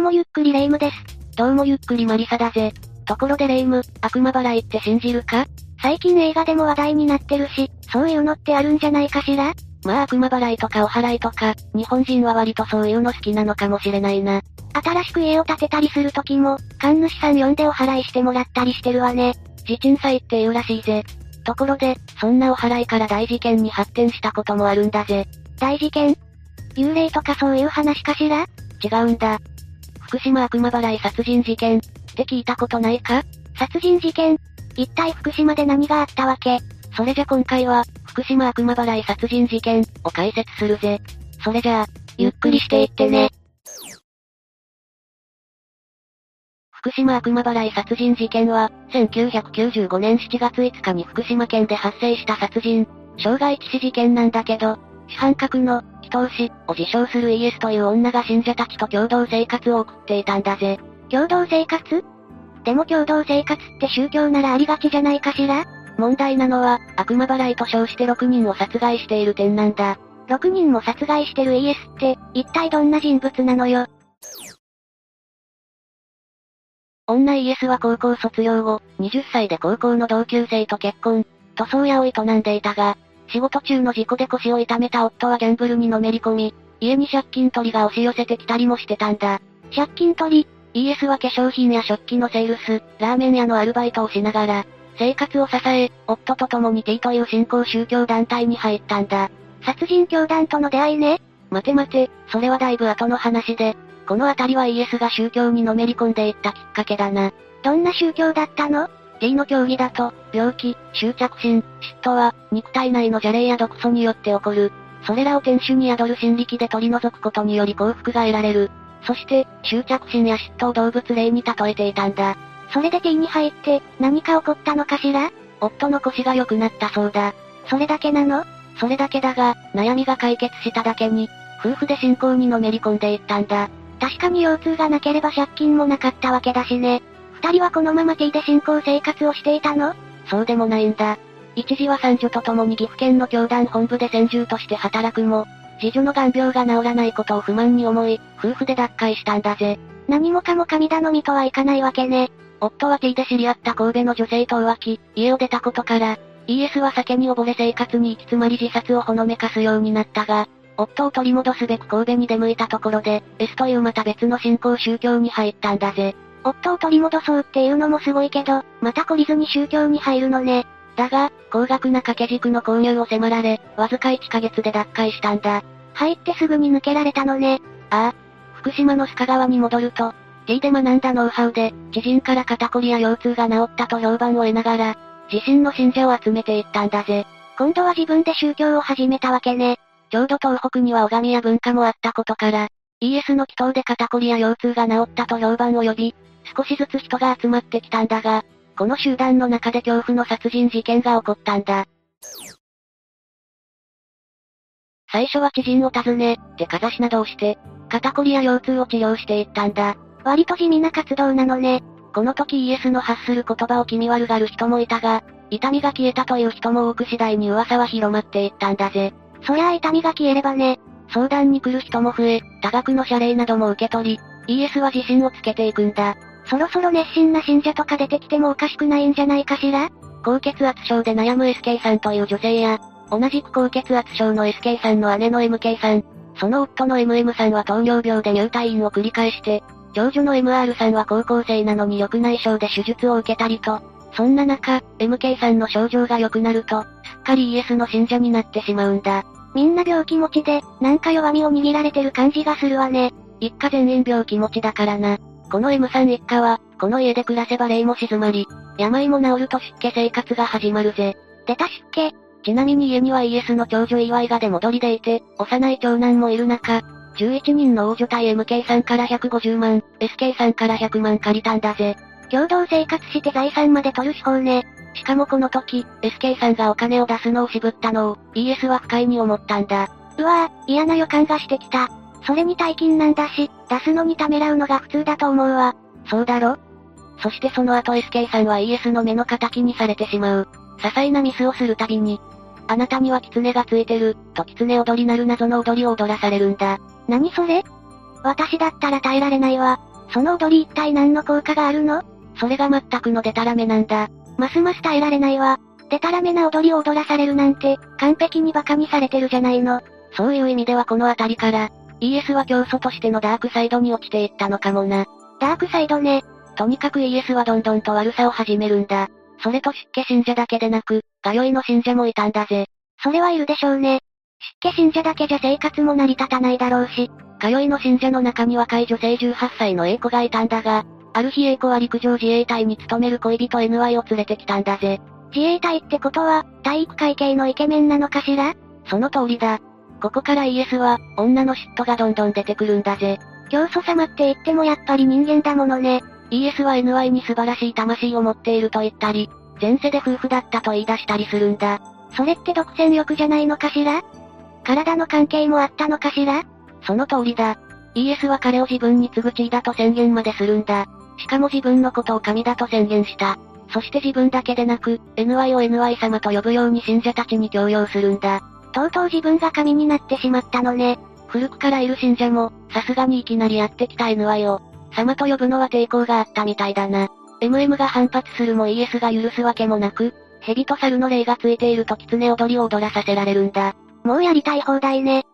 もゆっくりレ夢ムです。 どうもゆっくりマリサだぜ。ところでレ夢ム、悪魔払いって信じるか？ 最近映画でも話題になってるし、そういうのってあるんじゃないかしら？ まあ悪魔払いとかお祓いとか、日本人は割とそういうの好きなのかもしれないな。 新しく家を建てたりするときも、神主さん呼んでお祓いしてもらったりしてるわね。 地鎮祭って言うらしいぜ。ところで、そんなお祓いから大事件に発展したこともあるんだぜ。 大事件？幽霊とかそういう話かしら？ 違うんだ。福島悪魔払い殺人事件って聞いたことないか？ 殺人事件？一体福島で何があったわけ？ それじゃ今回は、福島悪魔払い殺人事件を解説するぜ。それじゃあ、ゆっくりしていってね。福島悪魔払い殺人事件は、1995年7月5日に福島県で発生した殺人、傷害致死事件なんだけど、主犯格の、祈祷師を自称するイエスという女が信者たちと共同生活を送っていたんだぜ。 共同生活？でも共同生活って宗教ならありがちじゃないかしら？ 問題なのは、悪魔払いと称して6人を殺害している点なんだ。 6人も殺害してるイエスって、一体どんな人物なのよ。 女イエスは高校卒業後、20歳で高校の同級生と結婚、塗装屋を営んでいたが、仕事中の事故で腰を痛めた夫はギャンブルにのめり込み、家に借金取りが押し寄せてきたりもしてたんだ。 借金取り？ イエスは化粧品や食器のセールス、ラーメン屋のアルバイトをしながら、生活を支え、夫と共に T という新興宗教団体に入ったんだ。 殺人教団との出会いね。 待て待て、それはだいぶ後の話で、このあたりはイエスが宗教にのめり込んでいったきっかけだな。 どんな宗教だったの？ T の教義だと、病気、執着心、嫉妬は、肉体内の邪霊や毒素によって起こる。それらを天主に宿る心力で取り除くことにより幸福が得られる。そして、執着心や嫉妬を動物霊に例えていたんだ。 それで T に入って、何か起こったのかしら？ 夫の腰が良くなったそうだ。 それだけなの？ それだけだが、悩みが解決しただけに、夫婦で信仰にのめり込んでいったんだ。 確かに腰痛がなければ借金もなかったわけだしね。二人はこのまま T で信仰生活をしていたの？ そうでもないんだ。一時は三女と共に岐阜県の教団本部で専従として働くも、次女の眼病が治らないことを不満に思い、夫婦で脱会したんだぜ。 何もかも神頼みとはいかないわけね。 夫は T で知り合った神戸の女性と浮気、家を出たことから、イエスは酒に溺れ生活に行き詰まり自殺をほのめかすようになったが、夫を取り戻すべく神戸に出向いたところで、S というまた別の新興宗教に入ったんだぜ。 夫を取り戻そうっていうのもすごいけど、また懲りずに宗教に入るのね。 だが、高額な掛け軸の購入を迫られ、わずか1ヶ月で脱会したんだ。 入ってすぐに抜けられたのね。 ああ。福島の須賀川に戻ると、T で学んだノウハウで、知人から肩こりや腰痛が治ったと評判を得ながら、自身の信者を集めていったんだぜ。 今度は自分で宗教を始めたわけね。 ちょうど東北には拝みや文化もあったことから、イエスの祈祷で肩こりや腰痛が治ったと評判を呼び、少しずつ人が集まってきたんだが、この集団の中で恐怖の殺人事件が起こったんだ。最初は知人を訪ね、手かざしなどをして、肩こりや腰痛を治療していったんだ。 割と地味な活動なのね。 この時イエスの発する言葉を気味悪がる人もいたが、痛みが消えたという人も多く次第に噂は広まっていったんだぜ。 そりゃあ痛みが消えればね。 相談に来る人も増え、多額の謝礼なども受け取り、イエスは自信をつけていくんだ。 そろそろ熱心な信者とか出てきてもおかしくないんじゃないかしら？ 高血圧症で悩む SK さんという女性や、同じく高血圧症の SK さんの姉の MK さん、その夫の MM さんは糖尿病で入退院を繰り返して、長女の MR さんは高校生なのに緑内障で手術を受けたりと、そんな中、MK さんの症状が良くなると、すっかりイエスの信者になってしまうんだ。 みんな病気持ちで、なんか弱みを握られてる感じがするわね。 一家全員病気持ちだからな。この M さん一家は、この家で暮らせば霊も静まり、病も治ると出家生活が始まるぜ。 出た出家。 ちなみに家にはイエスの長女祝いが出戻りでいて、幼い長男もいる中、11人の王女対 MK さんから150万、SK さんから100万借りたんだぜ。 共同生活して財産まで取る手法ね。 しかもこの時、SK さんがお金を出すのを渋ったのを、イエスは不快に思ったんだ。 うわぁ、嫌な予感がしてきた。それに大金なんだし、出すのにためらうのが普通だと思うわ。 そうだろ？そしてその後 SK さんはイエスの目の敵にされてしまう。些細なミスをするたびに、あなたには狐がついてる、と狐踊りなる謎の踊りを踊らされるんだ。 何それ？私だったら耐えられないわ。 その踊り一体何の効果があるの？ それが全くのデタラメなんだ。 ますます耐えられないわ。デタラメな踊りを踊らされるなんて、完璧に馬鹿にされてるじゃないの。 そういう意味ではこのあたりから、イエスは教祖としてのダークサイドに落ちていったのかもな。 ダークサイドね。 とにかくイエスはどんどんと悪さを始めるんだ。それと出家信者だけでなく、通いの信者もいたんだぜ。 それはいるでしょうね。出家信者だけじゃ生活も成り立たないだろうし。 通いの信者の中に若い女性18歳の A 子がいたんだが、ある日 A 子は陸上自衛隊に勤める恋人 NY を連れてきたんだぜ。 自衛隊ってことは、体育会系のイケメンなのかしら？ その通りだ。ここからイエスは、女の嫉妬がどんどん出てくるんだぜ。 教祖様って言ってもやっぱり人間だものね。 イエスは NY に素晴らしい魂を持っていると言ったり、前世で夫婦だったと言い出したりするんだ。 それって独占欲じゃないのかしら？体の関係もあったのかしら？ その通りだ。イエスは彼を自分に継ぐ地位だと宣言までするんだ。しかも自分のことを神だと宣言した。そして自分だけでなく、NY を NY 様と呼ぶように信者たちに強要するんだ。 とうとう自分が神になってしまったのね。 古くからいる信者も、さすがにいきなりやってきた NY を、様と呼ぶのは抵抗があったみたいだな。MM が反発するもイエスが許すわけもなく、蛇と猿の霊がついていると狐踊りを踊らさせられるんだ。 もうやりたい放題ね。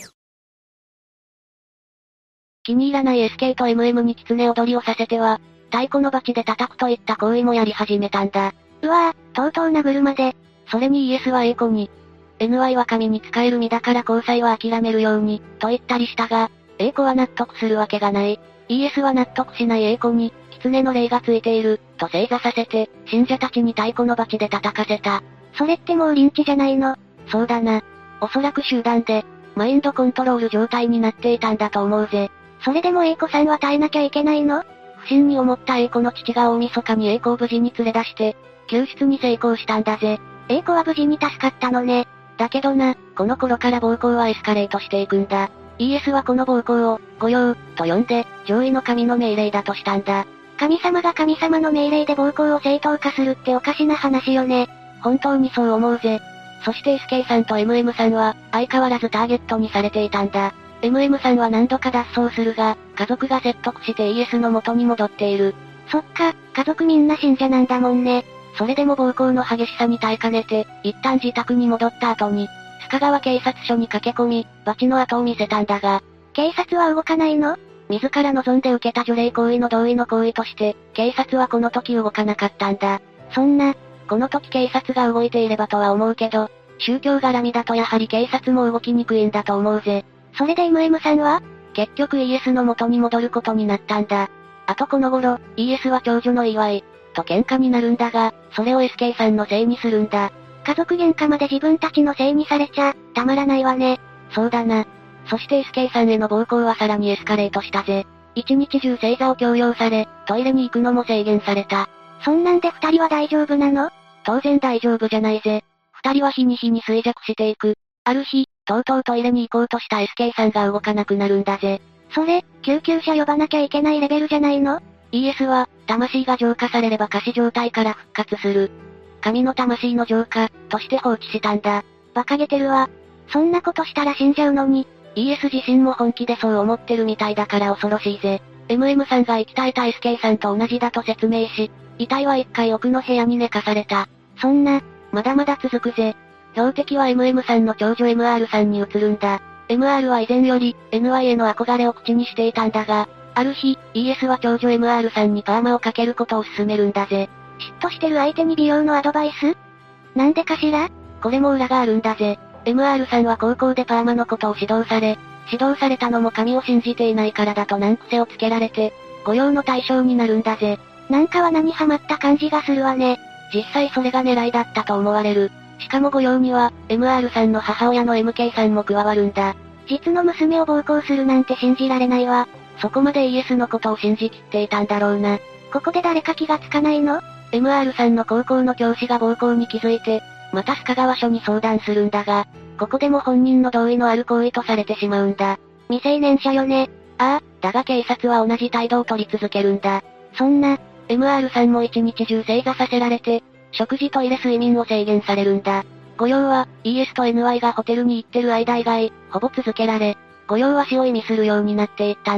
気に入らない SK と MM に狐踊りをさせては、太鼓のバチで叩くといった行為もやり始めたんだ。 うわぁ、とうとう殴るまで。 それにイエスは A 子に、NY は神に仕える身だから交際は諦めるように、と言ったりしたが、A 子は納得するわけがない。イエスは納得しない A 子に、狐の霊がついている、と正座させて、信者たちに太鼓のバチで叩かせた。 それってもうリンチじゃないの？ そうだな。おそらく集団で、マインドコントロール状態になっていたんだと思うぜ。 それでも A 子さんは耐えなきゃいけないの？ 不審に思った A 子の父が大晦日に A 子を無事に連れ出して、救出に成功したんだぜ。 A 子は無事に助かったのね。 だけどな、この頃から暴行はエスカレートしていくんだ。イエスはこの暴行を、御用、と呼んで、上位の神の命令だとしたんだ。 神様が神様の命令で暴行を正当化するっておかしな話よね。 本当にそう思うぜ。そして SK さんと MM さんは、相変わらずターゲットにされていたんだ。MM さんは何度か脱走するが、家族が説得してイエスの元に戻っている。 そっか、家族みんな信者なんだもんね。 それでも暴行の激しさに耐えかねて、一旦自宅に戻った後に、須賀川警察署に駆け込み、バチの後を見せたんだが、 警察は動かないの？ 自ら望んで受けた除霊行為の同意の行為として、警察はこの時動かなかったんだ。 そんな、 この時警察が動いていればとは思うけど、宗教絡みだとやはり警察も動きにくいんだと思うぜ。 それで MM さんは？ 結局イエスの元に戻ることになったんだ。あとこの頃、イエスは長女の祝い、と喧嘩になるんだが、それを SK さんのせいにするんだ。 家族喧嘩まで自分たちのせいにされちゃ、たまらないわね。 そうだな。そして SK さんへの暴行はさらにエスカレートしたぜ。一日中正座を強要され、トイレに行くのも制限された。 そんなんで二人は大丈夫なの？ 当然大丈夫じゃないぜ。二人は日に日に衰弱していく。ある日、とうとうトイレに行こうとした SK さんが動かなくなるんだぜ。 それ、救急車呼ばなきゃいけないレベルじゃないの？ ES は、魂が浄化されれば仮死状態から復活する。神の魂の浄化、として放置したんだ。 馬鹿げてるわ。そんなことしたら死んじゃうのに。 ES 自身も本気でそう思ってるみたいだから恐ろしいぜ。MM さんが生き絶えた SK さんと同じだと説明し、遺体は1階奥の部屋に寝かされた。 そんな、 まだまだ続くぜ。標的は MM さんの長女 MR さんに移るんだ。MR は以前より、NY への憧れを口にしていたんだが、ある日、ES は長女 MR さんにパーマをかけることを勧めるんだぜ。 嫉妬してる相手に美容のアドバイス？なんでかしら？ これも裏があるんだぜ。MR さんは高校でパーマのことを指導され、指導されたのも神を信じていないからだと難癖をつけられて、御用の対象になるんだぜ。 なんか罠にはまった感じがするわね。 実際それが狙いだったと思われる。しかも御用には、MR さんの母親の MK さんも加わるんだ。 実の娘を暴行するなんて信じられないわ。 そこまで ES のことを信じきっていたんだろうな。 ここで誰か気がつかないの？ MR さんの高校の教師が暴行に気づいて、また須賀川署に相談するんだが、ここでも本人の同意のある行為とされてしまうんだ。 未成年者よね。 ああ、だが警察は同じ態度を取り続けるんだ。 そんな、 MR さんも一日中正座させられて、食事トイレ睡眠を制限されるんだ。御用は、ES と NY がホテルに行ってる間以外、ほぼ続けられ、御用は死を意味するようになっていったんだ。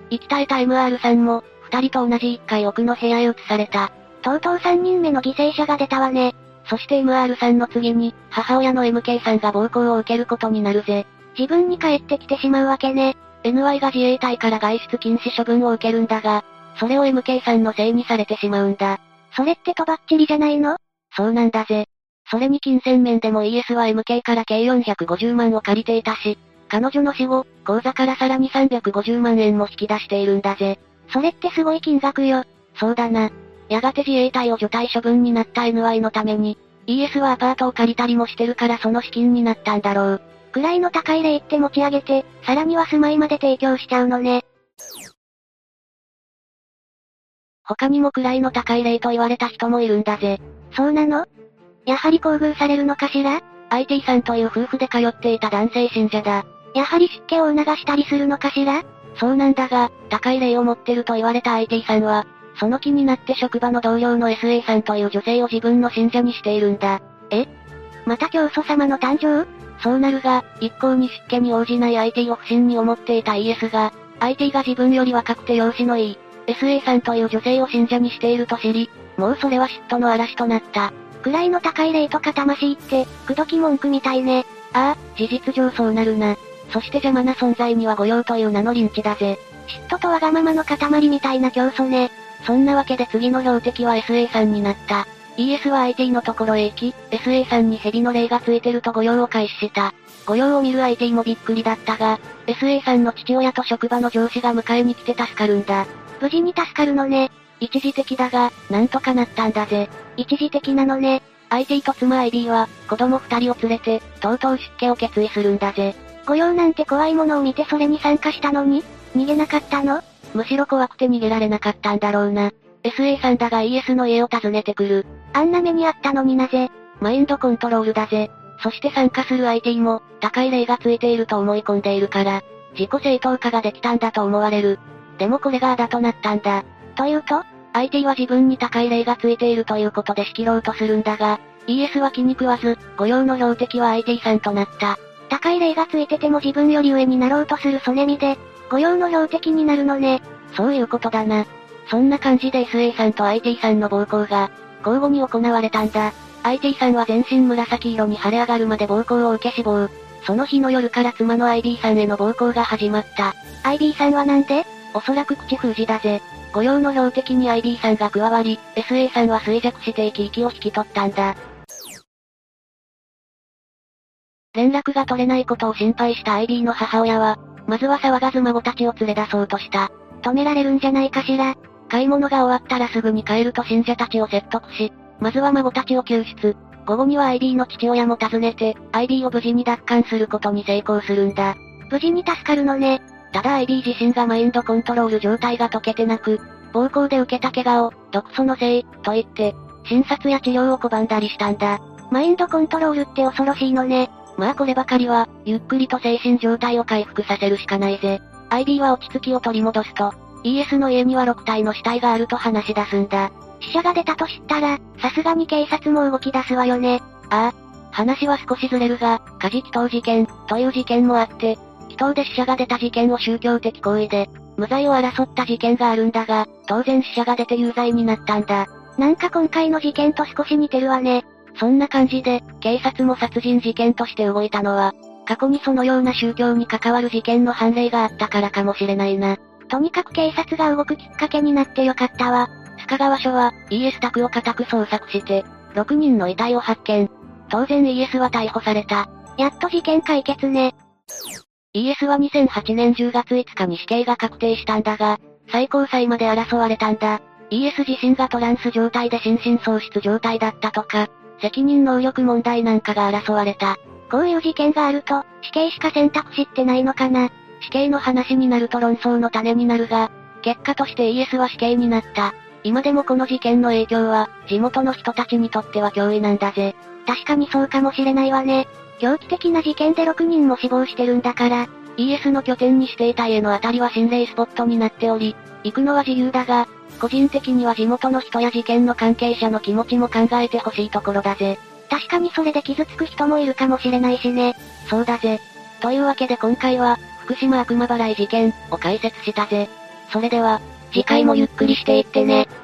生き絶えた MR さんも、二人と同じ1階奥の部屋へ移された。 とうとう3人目の犠牲者が出たわね。 そして MR さんの次に、母親の MK さんが暴行を受けることになるぜ。 自分に帰ってきてしまうわけね。 NY が自衛隊から外出禁止処分を受けるんだが、それを MK さんのせいにされてしまうんだ。 それってとばっちりじゃないの？ そうなんだぜ。それに金銭面でも ES は MK から計450万を借りていたし、彼女の死後、口座からさらに350万円も引き出しているんだぜ。 それってすごい金額よ。 そうだな。やがて自衛隊を除隊処分になった NY のために、ES はアパートを借りたりもしてるからその資金になったんだろう。 位の高い礼って持ち上げて、さらには住まいまで提供しちゃうのね。 他にも位の高い礼と言われた人もいるんだぜ。 そうなの？やはり厚遇されるのかしら？ IT さんという夫婦で通っていた男性信者だ。 やはり湿気を促したりするのかしら？ そうなんだが、高い礼を持ってると言われた IT さんは、その気になって職場の同僚の SA さんという女性を自分の信者にしているんだ。 また教祖様の誕生？ そうなるが、一向に湿気に応じない IT を不審に思っていた ES が、IT が自分より若くて容姿のいい、SA さんという女性を信者にしていると知り、もうそれは嫉妬の嵐となった。 位の高い霊とか魂って、口説き文句みたいね。 ああ、事実上そうなるな。そして邪魔な存在には御用という名のリンチだぜ。 嫉妬とわがままの塊みたいな教祖ね。 そんなわけで次の標的は SA さんになった。ES は IT のところへ行き、SA さんに蛇の霊がついてると御用を開始した。御用を見る IT もびっくりだったが、SA さんの父親と職場の上司が迎えに来て助かるんだ。 無事に助かるのね。 一時的だが、なんとかなったんだぜ。 一時的なのね。 IT と妻 IB は、子供二人を連れて、とうとう出家を決意するんだぜ。 御用なんて怖いものを見てそれに参加したのに、逃げなかったの？ むしろ怖くて逃げられなかったんだろうな。SA さんだが ES の家を訪ねてくる。 あんな目にあったのになぜ？ マインドコントロールだぜ。そして参加する IT も、高い霊がついていると思い込んでいるから、自己正当化ができたんだと思われる。でもこれがあだとなったんだ。 というと？ IT は自分に高い霊がついているということで仕切ろうとするんだが、ES は気に食わず、御用の標的は IT さんとなった。 高い霊がついてても自分より上になろうとするソネミで、御用の標的になるのね。 そういうことだな。そんな感じで SA さんと IT さんの暴行が、交互に行われたんだ。IT さんは全身紫色に腫れ上がるまで暴行を受け死亡。その日の夜から妻の IB さんへの暴行が始まった。 IB さんはなんで？ おそらく口封じだぜ。御用の標的に IB さんが加わり、SA さんは衰弱して息を引き取ったんだ。連絡が取れないことを心配した IB の母親は、まずは騒がず孫たちを連れ出そうとした。 止められるんじゃないかしら。 買い物が終わったらすぐに帰ると信者たちを説得し、まずは孫たちを救出。午後には IB の父親も訪ねて、IB を無事に奪還することに成功するんだ。 無事に助かるのね。 ただ IB 自身がマインドコントロール状態が解けてなく、暴行で受けた怪我を、毒素のせい、と言って、診察や治療を拒んだりしたんだ。 マインドコントロールって恐ろしいのね。 まあこればかりは、ゆっくりと精神状態を回復させるしかないぜ。IB は落ち着きを取り戻すと、ES の家には6体の死体があると話し出すんだ。 死者が出たと知ったら、さすがに警察も動き出すわよね。 ああ。話は少しずれるが、カジキ島事件、という事件もあって、祈祷で死者が出た事件を宗教的行為で、無罪を争った事件があるんだが、当然死者が出て有罪になったんだ。 なんか今回の事件と少し似てるわね。 そんな感じで、警察も殺人事件として動いたのは、過去にそのような宗教に関わる事件の判例があったからかもしれないな。 とにかく警察が動くきっかけになってよかったわ。 須賀川署は、ES 宅を家宅捜索して、6人の遺体を発見。当然 ES は逮捕された。 やっと事件解決ね。 ES は2008年10月5日に死刑が確定したんだが、最高裁まで争われたんだ。ES 自身がトランス状態で心神喪失状態だったとか、責任能力問題なんかが争われた。 こういう事件があると、死刑しか選択肢ってないのかな。 死刑の話になると論争の種になるが、結果として ES は死刑になった。今でもこの事件の影響は、地元の人たちにとっては脅威なんだぜ。 確かにそうかもしれないわね。狂気的な事件で6人も死亡してるんだから。 ES の拠点にしていた家のあたりは心霊スポットになっており、行くのは自由だが、個人的には地元の人や事件の関係者の気持ちも考えてほしいところだぜ。 確かにそれで傷つく人もいるかもしれないしね。 そうだぜ。というわけで今回は、福島悪魔払い事件を解説したぜ。 それでは、 次回もゆっくりしていってね。